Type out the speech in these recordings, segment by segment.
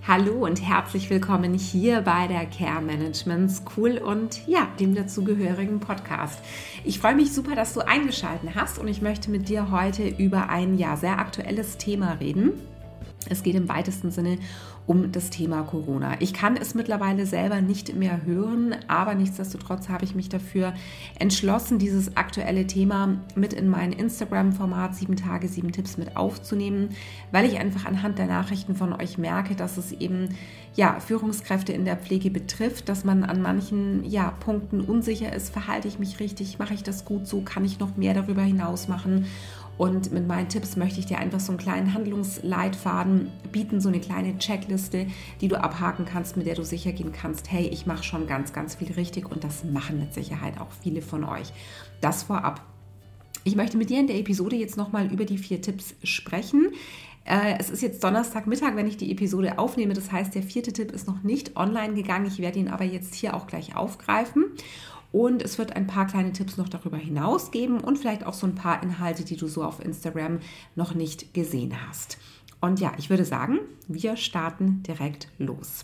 Hallo und herzlich willkommen hier bei der Care Management School und dem dazugehörigen Podcast. Ich freue mich super, dass du eingeschaltet hast und ich möchte mit dir heute über ein sehr aktuelles Thema reden. Es geht im weitesten Sinne um das Thema Corona. Ich kann es mittlerweile selber nicht mehr hören, aber nichtsdestotrotz habe ich mich dafür entschlossen, dieses aktuelle Thema mit in mein Instagram-Format 7 Tage, 7 Tipps mit aufzunehmen, weil ich einfach anhand der Nachrichten von euch merke, dass es eben Führungskräfte in der Pflege betrifft, dass man an manchen Punkten unsicher ist, verhalte ich mich richtig, mache ich das gut so, kann ich noch mehr darüber hinaus machen? Und mit meinen Tipps möchte ich dir einfach so einen kleinen Handlungsleitfaden bieten, so eine kleine Checkliste, die du abhaken kannst, mit der du sicher gehen kannst, hey, ich mache schon ganz, ganz viel richtig und das machen mit Sicherheit auch viele von euch. Das vorab. Ich möchte mit dir in der Episode jetzt nochmal über die 4 Tipps sprechen. Es ist jetzt Donnerstagmittag, wenn ich die Episode aufnehme. Das heißt, der 4. Tipp ist noch nicht online gegangen. Ich werde ihn aber jetzt hier auch gleich aufgreifen. Und es wird ein paar kleine Tipps noch darüber hinaus geben und vielleicht auch so ein paar Inhalte, die du so auf Instagram noch nicht gesehen hast. Und ich würde sagen, wir starten direkt los.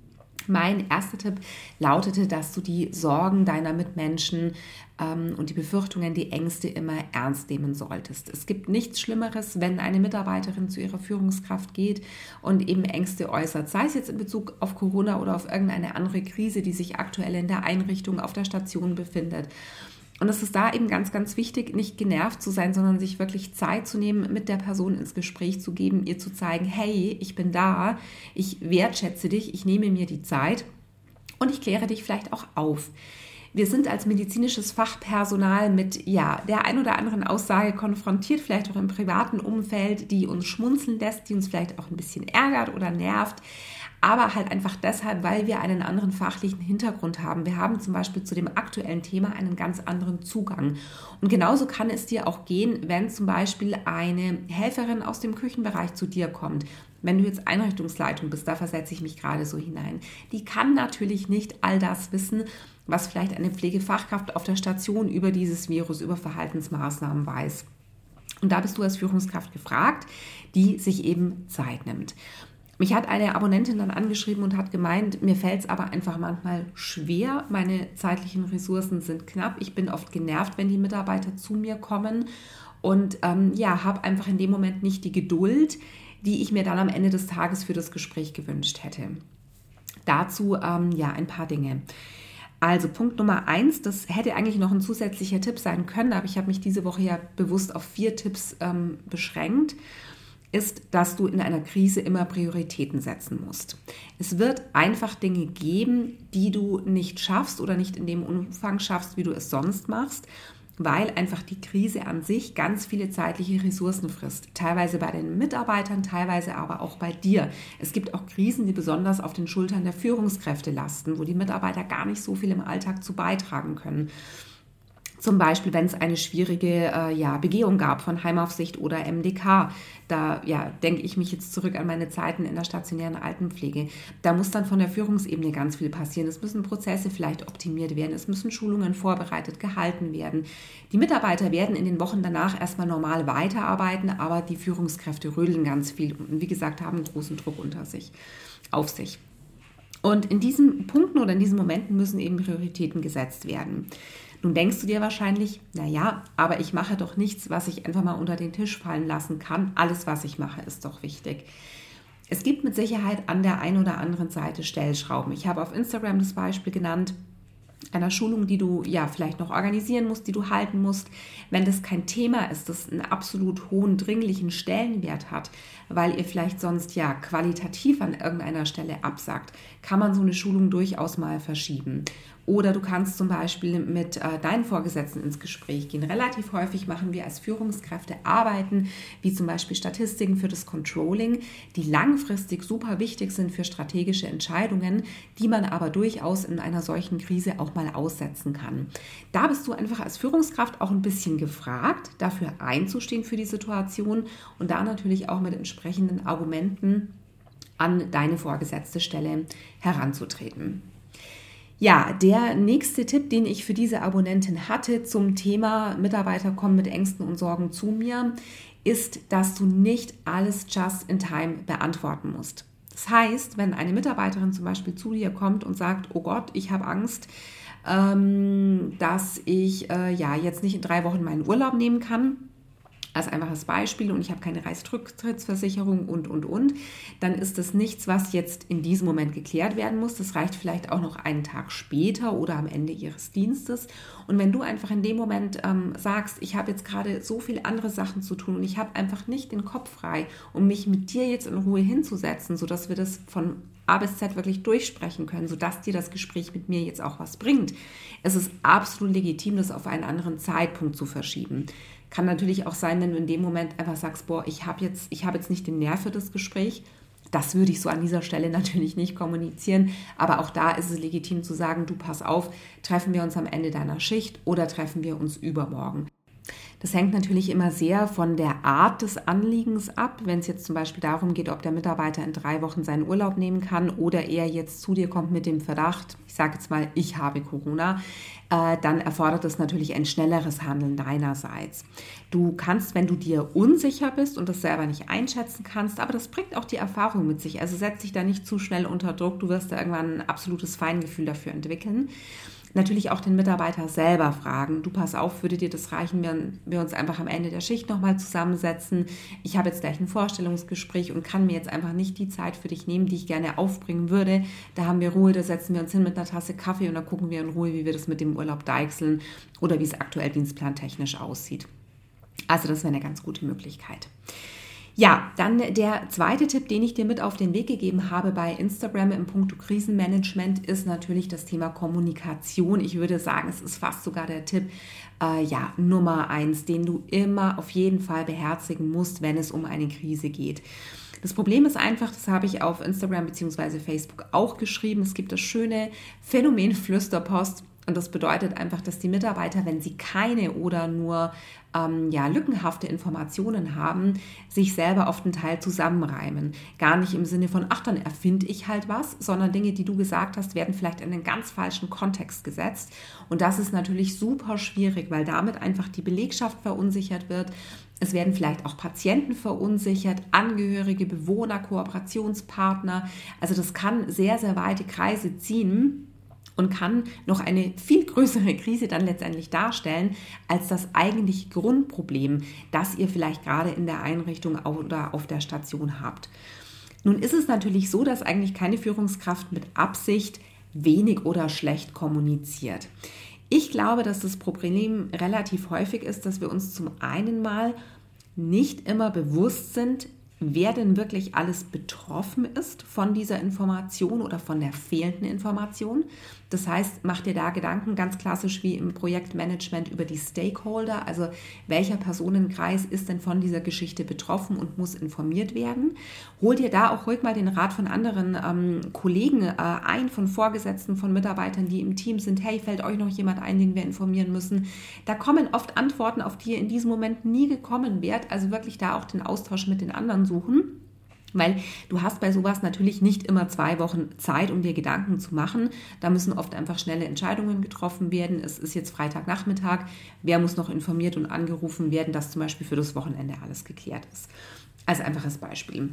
Mein erster Tipp lautete, dass du die Sorgen deiner Mitmenschen und die Befürchtungen, die Ängste immer ernst nehmen solltest. Es gibt nichts Schlimmeres, wenn eine Mitarbeiterin zu ihrer Führungskraft geht und eben Ängste äußert, sei es jetzt in Bezug auf Corona oder auf irgendeine andere Krise, die sich aktuell in der Einrichtung auf der Station befindet. Und es ist da eben ganz, ganz wichtig, nicht genervt zu sein, sondern sich wirklich Zeit zu nehmen, mit der Person ins Gespräch zu geben, ihr zu zeigen, hey, ich bin da, ich wertschätze dich, ich nehme mir die Zeit und ich kläre dich vielleicht auch auf. Wir sind als medizinisches Fachpersonal mit der ein oder anderen Aussage konfrontiert, vielleicht auch im privaten Umfeld, die uns schmunzeln lässt, die uns vielleicht auch ein bisschen ärgert oder nervt. Aber halt einfach deshalb, weil wir einen anderen fachlichen Hintergrund haben. Wir haben zum Beispiel zu dem aktuellen Thema einen ganz anderen Zugang. Und genauso kann es dir auch gehen, wenn zum Beispiel eine Helferin aus dem Küchenbereich zu dir kommt. Wenn du jetzt Einrichtungsleitung bist, da versetze ich mich gerade so hinein. Die kann natürlich nicht all das wissen, was vielleicht eine Pflegefachkraft auf der Station über dieses Virus, über Verhaltensmaßnahmen weiß. Und da bist du als Führungskraft gefragt, die sich eben Zeit nimmt. Mich hat eine Abonnentin dann angeschrieben und hat gemeint, mir fällt es aber einfach manchmal schwer, meine zeitlichen Ressourcen sind knapp, ich bin oft genervt, wenn die Mitarbeiter zu mir kommen und habe einfach in dem Moment nicht die Geduld, die ich mir dann am Ende des Tages für das Gespräch gewünscht hätte. Dazu ein paar Dinge. Also Punkt Nummer 1, das hätte eigentlich noch ein zusätzlicher Tipp sein können, aber ich habe mich diese Woche bewusst auf 4 Tipps beschränkt, ist, dass du in einer Krise immer Prioritäten setzen musst. Es wird einfach Dinge geben, die du nicht schaffst oder nicht in dem Umfang schaffst, wie du es sonst machst, weil einfach die Krise an sich ganz viele zeitliche Ressourcen frisst. Teilweise bei den Mitarbeitern, teilweise aber auch bei dir. Es gibt auch Krisen, die besonders auf den Schultern der Führungskräfte lasten, wo die Mitarbeiter gar nicht so viel im Alltag zu beitragen können. Zum Beispiel, wenn es eine schwierige Begehung gab von Heimaufsicht oder MDK. Da denke ich mich jetzt zurück an meine Zeiten in der stationären Altenpflege. Da muss dann von der Führungsebene ganz viel passieren. Es müssen Prozesse vielleicht optimiert werden. Es müssen Schulungen vorbereitet gehalten werden. Die Mitarbeiter werden in den Wochen danach erstmal normal weiterarbeiten, aber die Führungskräfte rödeln ganz viel und wie gesagt haben großen Druck auf sich. Und in diesen Punkten oder in diesen Momenten müssen eben Prioritäten gesetzt werden. Nun denkst du dir wahrscheinlich, aber ich mache doch nichts, was ich einfach mal unter den Tisch fallen lassen kann. Alles, was ich mache, ist doch wichtig. Es gibt mit Sicherheit an der einen oder anderen Seite Stellschrauben. Ich habe auf Instagram das Beispiel genannt, einer Schulung, die du vielleicht noch organisieren musst, die du halten musst. Wenn das kein Thema ist, das einen absolut hohen, dringlichen Stellenwert hat, weil ihr vielleicht sonst qualitativ an irgendeiner Stelle absagt, kann man so eine Schulung durchaus mal verschieben. Oder du kannst zum Beispiel mit deinen Vorgesetzten ins Gespräch gehen. Relativ häufig machen wir als Führungskräfte Arbeiten, wie zum Beispiel Statistiken für das Controlling, die langfristig super wichtig sind für strategische Entscheidungen, die man aber durchaus in einer solchen Krise auch mal aussetzen kann. Da bist du einfach als Führungskraft auch ein bisschen gefragt, dafür einzustehen für die Situation und da natürlich auch mit entsprechenden Argumenten an deine vorgesetzte Stelle heranzutreten. Der nächste Tipp, den ich für diese Abonnentin hatte zum Thema Mitarbeiter kommen mit Ängsten und Sorgen zu mir, ist, dass du nicht alles just in time beantworten musst. Das heißt, wenn eine Mitarbeiterin zum Beispiel zu dir kommt und sagt, oh Gott, ich habe Angst, dass ich jetzt nicht in 3 Wochen meinen Urlaub nehmen kann, als einfaches Beispiel, und ich habe keine Reiserücktrittsversicherung und, dann ist das nichts, was jetzt in diesem Moment geklärt werden muss. Das reicht vielleicht auch noch einen Tag später oder am Ende ihres Dienstes. Und wenn du einfach in dem Moment sagst, ich habe jetzt gerade so viele andere Sachen zu tun und ich habe einfach nicht den Kopf frei, um mich mit dir jetzt in Ruhe hinzusetzen, sodass wir das von A bis Z wirklich durchsprechen können, sodass dir das Gespräch mit mir jetzt auch was bringt. Es ist absolut legitim, das auf einen anderen Zeitpunkt zu verschieben. Kann natürlich auch sein, wenn du in dem Moment einfach sagst, boah, ich habe jetzt nicht den Nerv für das Gespräch. Das würde ich so an dieser Stelle natürlich nicht kommunizieren. Aber auch da ist es legitim zu sagen, du, pass auf, treffen wir uns am Ende deiner Schicht oder treffen wir uns übermorgen. Das hängt natürlich immer sehr von der Art des Anliegens ab. Wenn es jetzt zum Beispiel darum geht, ob der Mitarbeiter in 3 Wochen seinen Urlaub nehmen kann oder er jetzt zu dir kommt mit dem Verdacht, ich sage jetzt mal, ich habe Corona, dann erfordert es natürlich ein schnelleres Handeln deinerseits. Du kannst, wenn du dir unsicher bist und das selber nicht einschätzen kannst, aber das bringt auch die Erfahrung mit sich. Also setz dich da nicht zu schnell unter Druck, du wirst da irgendwann ein absolutes Feingefühl dafür entwickeln. Natürlich auch den Mitarbeiter selber fragen, du, pass auf, würde dir das reichen, wenn wir uns einfach am Ende der Schicht nochmal zusammensetzen? Ich habe jetzt gleich ein Vorstellungsgespräch und kann mir jetzt einfach nicht die Zeit für dich nehmen, die ich gerne aufbringen würde. Da haben wir Ruhe, da setzen wir uns hin mit einer Tasse Kaffee und dann gucken wir in Ruhe, wie wir das mit dem Urlaub deichseln oder wie es aktuell dienstplantechnisch aussieht. Also das wäre eine ganz gute Möglichkeit. Ja, dann der zweite Tipp, den ich dir mit auf den Weg gegeben habe bei Instagram im Punkto Krisenmanagement, ist natürlich das Thema Kommunikation. Ich würde sagen, es ist fast sogar der Tipp Nummer 1, den du immer auf jeden Fall beherzigen musst, wenn es um eine Krise geht. Das Problem ist einfach, das habe ich auf Instagram bzw. Facebook auch geschrieben, es gibt das schöne Phänomen Flüsterpost. Und das bedeutet einfach, dass die Mitarbeiter, wenn sie keine oder nur lückenhafte Informationen haben, sich selber oft einen Teil zusammenreimen. Gar nicht im Sinne von, ach, dann erfinde ich halt was, sondern Dinge, die du gesagt hast, werden vielleicht in einen ganz falschen Kontext gesetzt. Und das ist natürlich super schwierig, weil damit einfach die Belegschaft verunsichert wird. Es werden vielleicht auch Patienten verunsichert, Angehörige, Bewohner, Kooperationspartner. Also das kann sehr, sehr weite Kreise ziehen und kann noch eine viel größere Krise dann letztendlich darstellen, als das eigentliche Grundproblem, das ihr vielleicht gerade in der Einrichtung oder auf der Station habt. Nun ist es natürlich so, dass eigentlich keine Führungskraft mit Absicht wenig oder schlecht kommuniziert. Ich glaube, dass das Problem relativ häufig ist, dass wir uns zum einen mal nicht immer bewusst sind, wer denn wirklich alles betroffen ist von dieser Information oder von der fehlenden Information. Das heißt, mach dir da Gedanken, ganz klassisch wie im Projektmanagement über die Stakeholder, also welcher Personenkreis ist denn von dieser Geschichte betroffen und muss informiert werden. Hol dir da auch ruhig mal den Rat von anderen Kollegen ein, von Vorgesetzten, von Mitarbeitern, die im Team sind. Hey, fällt euch noch jemand ein, den wir informieren müssen? Da kommen oft Antworten, auf die ihr in diesem Moment nie gekommen wärt. Also wirklich da auch den Austausch mit den anderen suchen. Weil du hast bei sowas natürlich nicht immer 2 Wochen Zeit, um dir Gedanken zu machen. Da müssen oft einfach schnelle Entscheidungen getroffen werden. Es ist jetzt Freitagnachmittag. Wer muss noch informiert und angerufen werden, dass zum Beispiel für das Wochenende alles geklärt ist? Als einfaches Beispiel.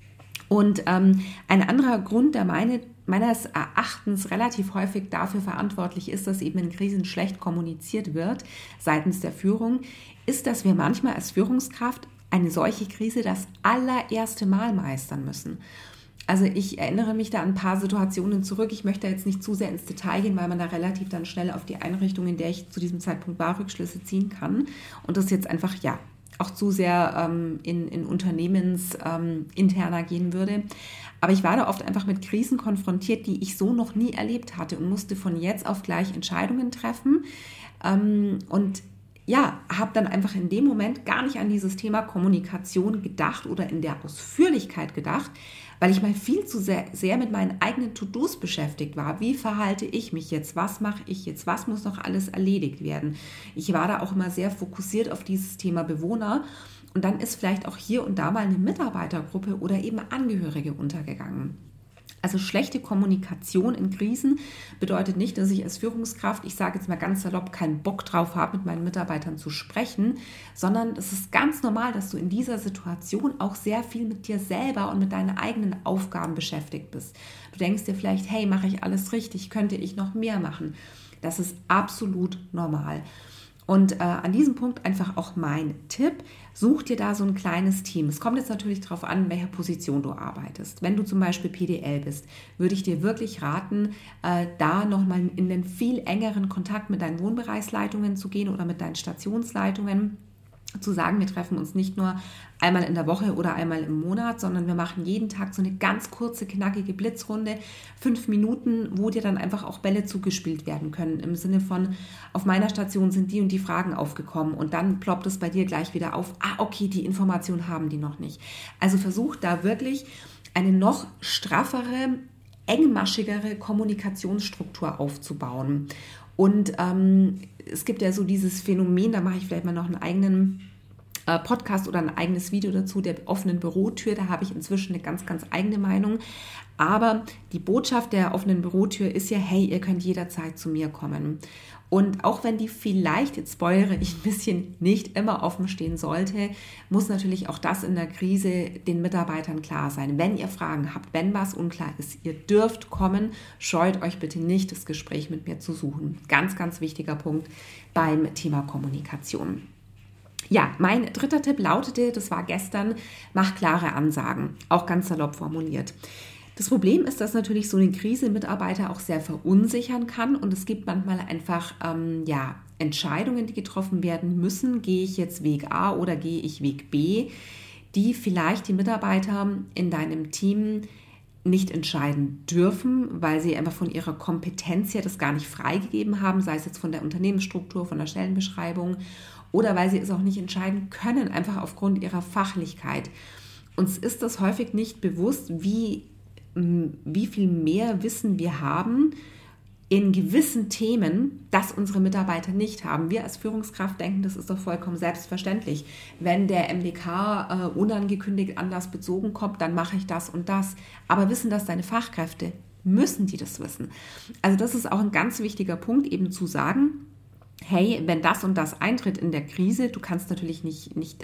Und ein anderer Grund, der meines Erachtens relativ häufig dafür verantwortlich ist, dass eben in Krisen schlecht kommuniziert wird seitens der Führung, ist, dass wir manchmal als Führungskraft eine solche Krise das allererste Mal meistern müssen. Also ich erinnere mich da an ein paar Situationen zurück. Ich möchte jetzt nicht zu sehr ins Detail gehen, weil man da relativ dann schnell auf die Einrichtung, in der ich zu diesem Zeitpunkt war, Rückschlüsse ziehen kann. Und das jetzt einfach, auch zu sehr in unternehmensinterner gehen würde. Aber ich war da oft einfach mit Krisen konfrontiert, die ich so noch nie erlebt hatte und musste von jetzt auf gleich Entscheidungen treffen. Habe dann einfach in dem Moment gar nicht an dieses Thema Kommunikation gedacht oder in der Ausführlichkeit gedacht, weil ich mal viel zu sehr mit meinen eigenen To-Dos beschäftigt war. Wie verhalte ich mich jetzt? Was mache ich jetzt? Was muss noch alles erledigt werden? Ich war da auch immer sehr fokussiert auf dieses Thema Bewohner und dann ist vielleicht auch hier und da mal eine Mitarbeitergruppe oder eben Angehörige untergegangen. Also schlechte Kommunikation in Krisen bedeutet nicht, dass ich als Führungskraft, ich sage jetzt mal ganz salopp, keinen Bock drauf habe, mit meinen Mitarbeitern zu sprechen, sondern es ist ganz normal, dass du in dieser Situation auch sehr viel mit dir selber und mit deinen eigenen Aufgaben beschäftigt bist. Du denkst dir vielleicht, hey, mache ich alles richtig? Könnte ich noch mehr machen? Das ist absolut normal. Und an diesem Punkt einfach auch mein Tipp, such dir da so ein kleines Team. Es kommt jetzt natürlich darauf an, in welcher Position du arbeitest. Wenn du zum Beispiel PDL bist, würde ich dir wirklich raten, da nochmal in den viel engeren Kontakt mit deinen Wohnbereichsleitungen zu gehen oder mit deinen Stationsleitungen. Zu sagen, wir treffen uns nicht nur einmal in der Woche oder einmal im Monat, sondern wir machen jeden Tag so eine ganz kurze, knackige Blitzrunde, 5 Minuten, wo dir dann einfach auch Bälle zugespielt werden können. Im Sinne von, auf meiner Station sind die und die Fragen aufgekommen und dann ploppt es bei dir gleich wieder auf, okay, die Information haben die noch nicht. Also versuch da wirklich eine noch straffere, engmaschigere Kommunikationsstruktur aufzubauen. Und es gibt ja so dieses Phänomen, da mache ich vielleicht mal noch einen eigenen Podcast oder ein eigenes Video dazu, der offenen Bürotür. Da habe ich inzwischen eine ganz, ganz eigene Meinung. Aber die Botschaft der offenen Bürotür ist ja, hey, ihr könnt jederzeit zu mir kommen. Und auch wenn die vielleicht, jetzt spoilere ich ein bisschen, nicht immer offen stehen sollte, muss natürlich auch das in der Krise den Mitarbeitern klar sein. Wenn ihr Fragen habt, wenn was unklar ist, ihr dürft kommen, scheut euch bitte nicht, das Gespräch mit mir zu suchen. Ganz, ganz wichtiger Punkt beim Thema Kommunikation. Ja, mein dritter Tipp lautete, das war gestern, mach klare Ansagen, auch ganz salopp formuliert. Das Problem ist, dass natürlich so eine Krise Mitarbeiter auch sehr verunsichern kann und es gibt manchmal einfach Entscheidungen, die getroffen werden müssen. Gehe ich jetzt Weg A oder gehe ich Weg B, die vielleicht die Mitarbeiter in deinem Team nicht entscheiden dürfen, weil sie einfach von ihrer Kompetenz her das gar nicht freigegeben haben, sei es jetzt von der Unternehmensstruktur, von der Stellenbeschreibung oder weil sie es auch nicht entscheiden können, einfach aufgrund ihrer Fachlichkeit. Uns ist das häufig nicht bewusst, wie viel mehr Wissen wir haben in gewissen Themen, das unsere Mitarbeiter nicht haben. Wir als Führungskraft denken, das ist doch vollkommen selbstverständlich. Wenn der MDK unangekündigt anders bezogen kommt, dann mache ich das und das. Aber wissen das deine Fachkräfte? Müssen die das wissen? Also das ist auch ein ganz wichtiger Punkt, eben zu sagen, hey, wenn das und das eintritt in der Krise, du kannst natürlich nicht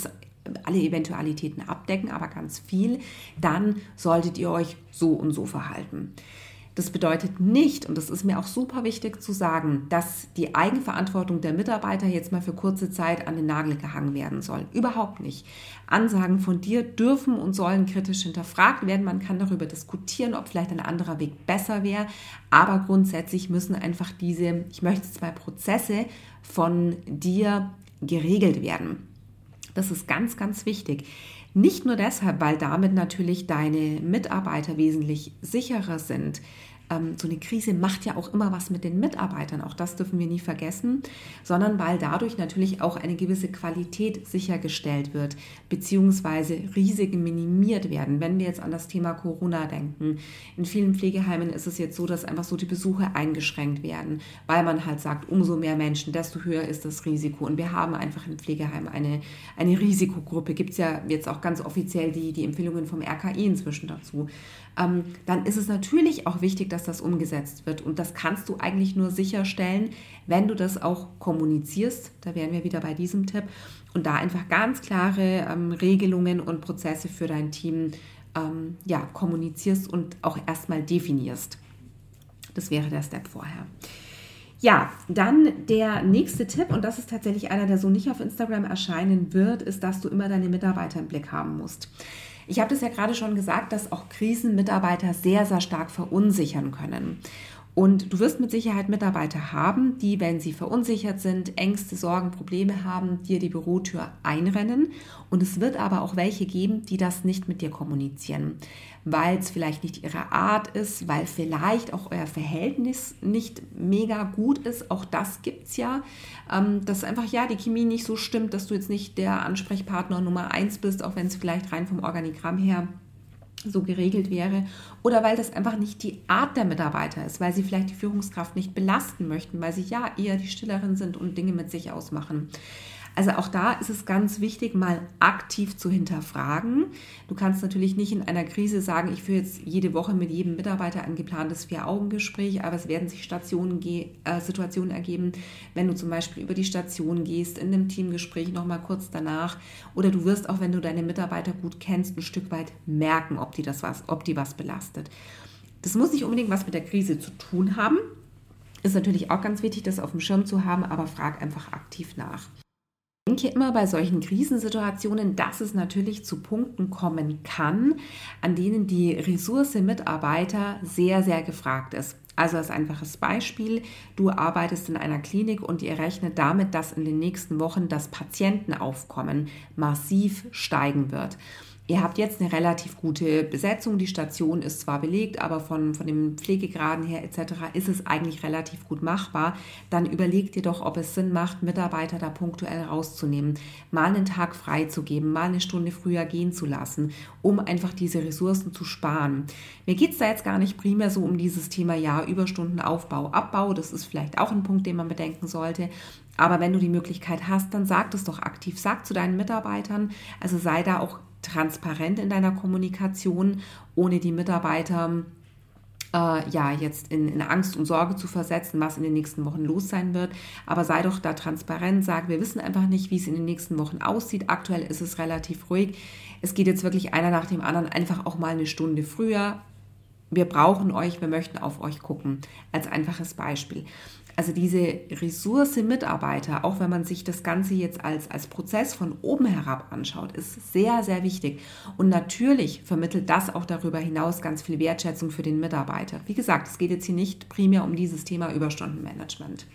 alle Eventualitäten abdecken, aber ganz viel, dann solltet ihr euch so und so verhalten. Das bedeutet nicht, und das ist mir auch super wichtig zu sagen, dass die Eigenverantwortung der Mitarbeiter jetzt mal für kurze Zeit an den Nagel gehangen werden soll. Überhaupt nicht. Ansagen von dir dürfen und sollen kritisch hinterfragt werden. Man kann darüber diskutieren, ob vielleicht ein anderer Weg besser wäre. Aber grundsätzlich müssen einfach diese, ich möchte jetzt mal Prozesse von dir geregelt werden. Das ist ganz, ganz wichtig. Nicht nur deshalb, weil damit natürlich deine Mitarbeiter wesentlich sicherer sind. So eine Krise macht ja auch immer was mit den Mitarbeitern, auch das dürfen wir nie vergessen, sondern weil dadurch natürlich auch eine gewisse Qualität sichergestellt wird, beziehungsweise Risiken minimiert werden. Wenn wir jetzt an das Thema Corona denken, in vielen Pflegeheimen ist es jetzt so, dass einfach so die Besuche eingeschränkt werden, weil man halt sagt, umso mehr Menschen, desto höher ist das Risiko. Und wir haben einfach im Pflegeheim eine Risikogruppe, gibt es ja jetzt auch ganz offiziell die Empfehlungen vom RKI inzwischen dazu. Dann ist es natürlich auch wichtig, dass das umgesetzt wird. Und das kannst du eigentlich nur sicherstellen, wenn du das auch kommunizierst. Da wären wir wieder bei diesem Tipp. Und da einfach ganz klare Regelungen und Prozesse für dein Team kommunizierst und auch erstmal definierst. Das wäre der Step vorher. Ja, dann der nächste Tipp, und das ist tatsächlich einer, der so nicht auf Instagram erscheinen wird, ist, dass du immer deine Mitarbeiter im Blick haben musst. Ich habe das ja gerade schon gesagt, dass auch Krisen Mitarbeiter sehr, sehr stark verunsichern können. Und du wirst mit Sicherheit Mitarbeiter haben, die, wenn sie verunsichert sind, Ängste, Sorgen, Probleme haben, dir die Bürotür einrennen. Und es wird aber auch welche geben, die das nicht mit dir kommunizieren, weil es vielleicht nicht ihre Art ist, weil vielleicht auch euer Verhältnis nicht mega gut ist. Auch das gibt es ja, dass einfach die Chemie nicht so stimmt, dass du jetzt nicht der Ansprechpartner Nummer 1 bist, auch wenn es vielleicht rein vom Organigramm her so geregelt wäre, oder weil das einfach nicht die Art der Mitarbeiter ist, weil sie vielleicht die Führungskraft nicht belasten möchten, weil sie eher die Stilleren sind und Dinge mit sich ausmachen. Also auch da ist es ganz wichtig, mal aktiv zu hinterfragen. Du kannst natürlich nicht in einer Krise sagen, ich führe jetzt jede Woche mit jedem Mitarbeiter ein geplantes 4-Augen-Gespräch, aber es werden sich Situationen ergeben, wenn du zum Beispiel über die Station gehst, in einem Teamgespräch nochmal kurz danach, oder du wirst auch, wenn du deine Mitarbeiter gut kennst, ein Stück weit merken, ob die was belastet. Das muss nicht unbedingt was mit der Krise zu tun haben. Ist natürlich auch ganz wichtig, das auf dem Schirm zu haben, aber frag einfach aktiv nach. Ich denke immer bei solchen Krisensituationen, dass es natürlich zu Punkten kommen kann, an denen die Ressource Mitarbeiter sehr, sehr gefragt ist. Also als einfaches Beispiel, du arbeitest in einer Klinik und ihr rechnet damit, dass in den nächsten Wochen das Patientenaufkommen massiv steigen wird. Ihr habt jetzt eine relativ gute Besetzung, die Station ist zwar belegt, aber von den Pflegegraden her etc. ist es eigentlich relativ gut machbar. Dann überlegt ihr doch, ob es Sinn macht, Mitarbeiter da punktuell rauszunehmen, mal einen Tag freizugeben, mal eine Stunde früher gehen zu lassen, um einfach diese Ressourcen zu sparen. Mir geht es da jetzt gar nicht primär so um dieses Thema, ja, Überstunden, Aufbau, Abbau, das ist vielleicht auch ein Punkt, den man bedenken sollte. Aber wenn du die Möglichkeit hast, dann sag das doch aktiv, sag zu deinen Mitarbeitern, also sei da auch transparent in deiner Kommunikation, ohne die Mitarbeiter jetzt in Angst und Sorge zu versetzen, was in den nächsten Wochen los sein wird. Aber sei doch da transparent, sag, wir wissen einfach nicht, wie es in den nächsten Wochen aussieht. Aktuell ist es relativ ruhig. Es geht jetzt wirklich einer nach dem anderen, einfach auch mal eine Stunde früher. Wir brauchen euch, wir möchten auf euch gucken, als einfaches Beispiel. Also diese Ressource Mitarbeiter, auch wenn man sich das Ganze jetzt als Prozess von oben herab anschaut, ist sehr, sehr wichtig. Und natürlich vermittelt das auch darüber hinaus ganz viel Wertschätzung für den Mitarbeiter. Wie gesagt, es geht jetzt hier nicht primär um dieses Thema Überstundenmanagement.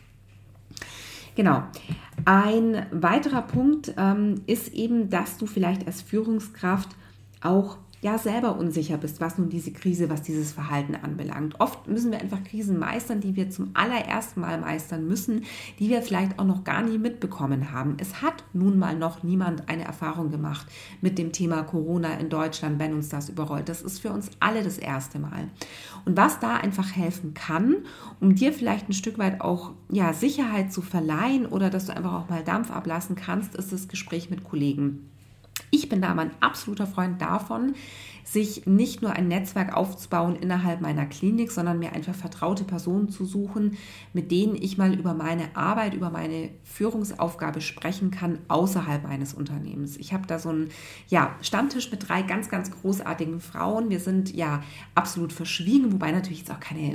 Genau. Ein weiterer Punkt ist eben, dass du vielleicht als Führungskraft auch selber unsicher bist, was nun diese Krise, was dieses Verhalten anbelangt. Oft müssen wir einfach Krisen meistern, die wir zum allerersten Mal meistern müssen, die wir vielleicht auch noch gar nie mitbekommen haben. Es hat nun mal noch niemand eine Erfahrung gemacht mit dem Thema Corona in Deutschland, wenn uns das überrollt. Das ist für uns alle das erste Mal. Und was da einfach helfen kann, um dir vielleicht ein Stück weit auch Sicherheit zu verleihen oder dass du einfach auch mal Dampf ablassen kannst, ist das Gespräch mit Kollegen. Ich bin da mein absoluter Freund davon, sich nicht nur ein Netzwerk aufzubauen innerhalb meiner Klinik, sondern mir einfach vertraute Personen zu suchen, mit denen ich mal über meine Arbeit, über meine Führungsaufgabe sprechen kann außerhalb meines Unternehmens. Ich habe da so einen Stammtisch mit 3 ganz, ganz großartigen Frauen. Wir sind absolut verschwiegen, wobei natürlich jetzt auch keine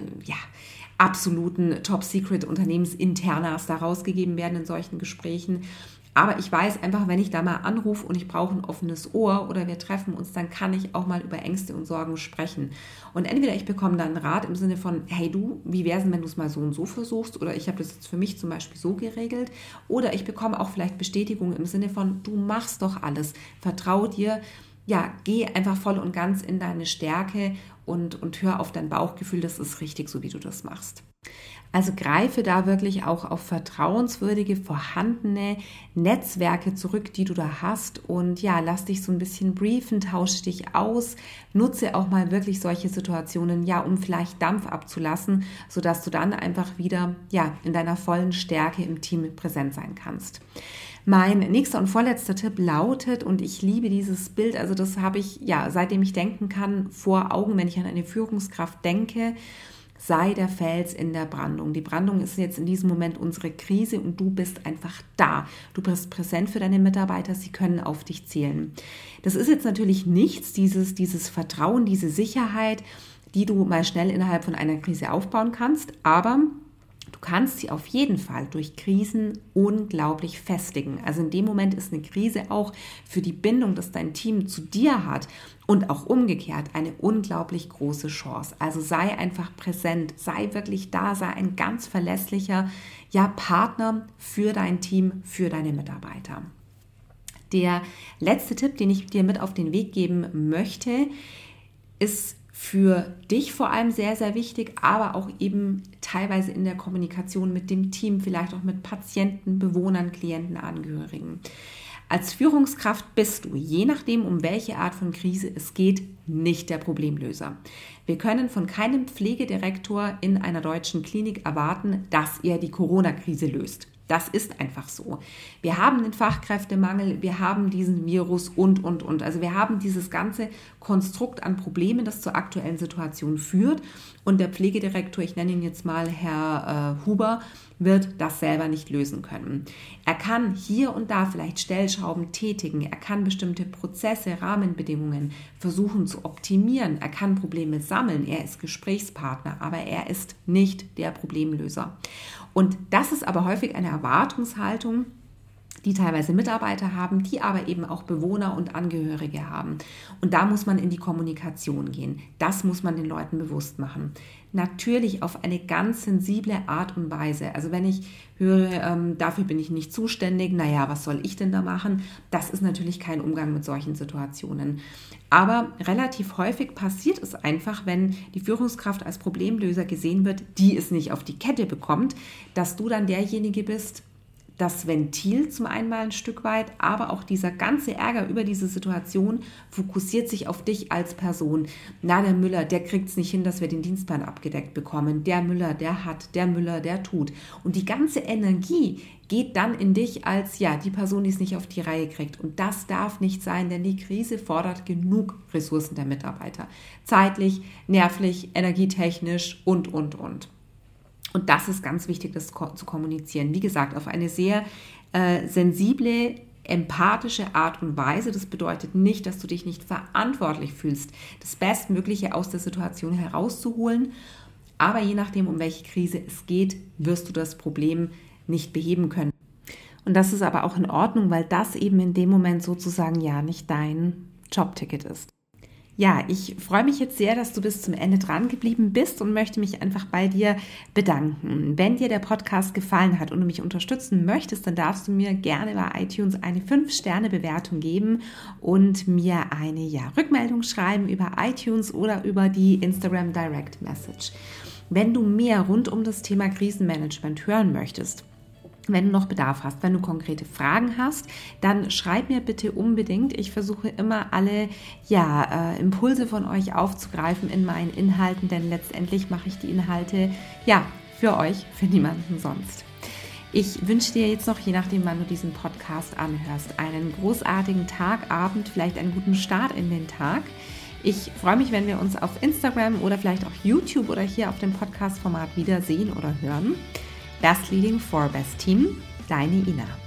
absoluten Top-Secret-Unternehmensinternas da rausgegeben werden in solchen Gesprächen. Aber ich weiß einfach, wenn ich da mal anrufe und ich brauche ein offenes Ohr oder wir treffen uns, dann kann ich auch mal über Ängste und Sorgen sprechen. Und entweder ich bekomme dann einen Rat im Sinne von, hey du, wie wäre es, wenn du es mal so und so versuchst? Oder ich habe das jetzt für mich zum Beispiel so geregelt. Oder ich bekomme auch vielleicht Bestätigung im Sinne von, du machst doch alles, vertrau dir. Geh einfach voll und ganz in deine Stärke und hör auf dein Bauchgefühl, das ist richtig, so wie du das machst. Also greife da wirklich auch auf vertrauenswürdige, vorhandene Netzwerke zurück, die du da hast und lass dich so ein bisschen briefen, tausche dich aus, nutze auch mal wirklich solche Situationen, um vielleicht Dampf abzulassen, sodass du dann einfach wieder in deiner vollen Stärke im Team präsent sein kannst. Mein nächster und vorletzter Tipp lautet, und ich liebe dieses Bild, also das habe ich seitdem ich denken kann vor Augen, wenn ich an eine Führungskraft denke, sei der Fels in der Brandung. Die Brandung ist jetzt in diesem Moment unsere Krise und du bist einfach da. Du bist präsent für deine Mitarbeiter, sie können auf dich zählen. Das ist jetzt natürlich nichts, dieses Vertrauen, diese Sicherheit, die du mal schnell innerhalb von einer Krise aufbauen kannst, aber du kannst sie auf jeden Fall durch Krisen unglaublich festigen. Also in dem Moment ist eine Krise auch für die Bindung, dass dein Team zu dir hat und auch umgekehrt eine unglaublich große Chance. Also sei einfach präsent, sei wirklich da, sei ein ganz verlässlicher Partner für dein Team, für deine Mitarbeiter. Der letzte Tipp, den ich dir mit auf den Weg geben möchte, ist für dich vor allem sehr, sehr wichtig, aber auch eben teilweise in der Kommunikation mit dem Team, vielleicht auch mit Patienten, Bewohnern, Klienten, Angehörigen. Als Führungskraft bist du, je nachdem, um welche Art von Krise es geht, nicht der Problemlöser. Wir können von keinem Pflegedirektor in einer deutschen Klinik erwarten, dass er die Corona-Krise löst. Das ist einfach so. Wir haben den Fachkräftemangel, wir haben diesen Virus und. Also wir haben dieses ganze Konstrukt an Problemen, das zur aktuellen Situation führt. Und der Pflegedirektor, ich nenne ihn jetzt mal Herr Huber, wird das selber nicht lösen können. Er kann hier und da vielleicht Stellschrauben tätigen. Er kann bestimmte Prozesse, Rahmenbedingungen versuchen zu optimieren. Er kann Probleme sammeln. Er ist Gesprächspartner, aber er ist nicht der Problemlöser. Und das ist aber häufig eine Erwartungshaltung, die teilweise Mitarbeiter haben, die aber eben auch Bewohner und Angehörige haben. Und da muss man in die Kommunikation gehen. Das muss man den Leuten bewusst machen. Natürlich auf eine ganz sensible Art und Weise. Also wenn ich höre, dafür bin ich nicht zuständig, naja, was soll ich denn da machen? Das ist natürlich kein Umgang mit solchen Situationen. Aber relativ häufig passiert es einfach, wenn die Führungskraft als Problemlöser gesehen wird, die es nicht auf die Kette bekommt, dass du dann derjenige bist, das Ventil zum einen mal ein Stück weit, aber auch dieser ganze Ärger über diese Situation fokussiert sich auf dich als Person. Na, der Müller, der kriegt es nicht hin, dass wir den Dienstplan abgedeckt bekommen. Der Müller, der hat, der Müller, der tut. Und die ganze Energie geht dann in dich als, ja, die Person, die es nicht auf die Reihe kriegt. Und das darf nicht sein, denn die Krise fordert genug Ressourcen der Mitarbeiter. Zeitlich, nervlich, energietechnisch und. Und das ist ganz wichtig, das zu kommunizieren. Wie gesagt, auf eine sehr sensible, empathische Art und Weise. Das bedeutet nicht, dass du dich nicht verantwortlich fühlst, das Bestmögliche aus der Situation herauszuholen. Aber je nachdem, um welche Krise es geht, wirst du das Problem nicht beheben können. Und das ist aber auch in Ordnung, weil das eben in dem Moment sozusagen ja nicht dein Jobticket ist. Ja, ich freue mich jetzt sehr, dass du bis zum Ende dran geblieben bist und möchte mich einfach bei dir bedanken. Wenn dir der Podcast gefallen hat und du mich unterstützen möchtest, dann darfst du mir gerne bei iTunes eine 5-Sterne-Bewertung geben und mir eine Rückmeldung schreiben über iTunes oder über die Instagram Direct Message. Wenn du mehr rund um das Thema Krisenmanagement hören möchtest, wenn du noch Bedarf hast, wenn du konkrete Fragen hast, dann schreib mir bitte unbedingt. Ich versuche immer alle Impulse von euch aufzugreifen in meinen Inhalten, denn letztendlich mache ich die Inhalte für euch, für niemanden sonst. Ich wünsche dir jetzt noch, je nachdem, wann du diesen Podcast anhörst, einen großartigen Tag, Abend, vielleicht einen guten Start in den Tag. Ich freue mich, wenn wir uns auf Instagram oder vielleicht auch YouTube oder hier auf dem Podcast-Format wiedersehen oder hören. Best Leading for Best Team, deine Ina.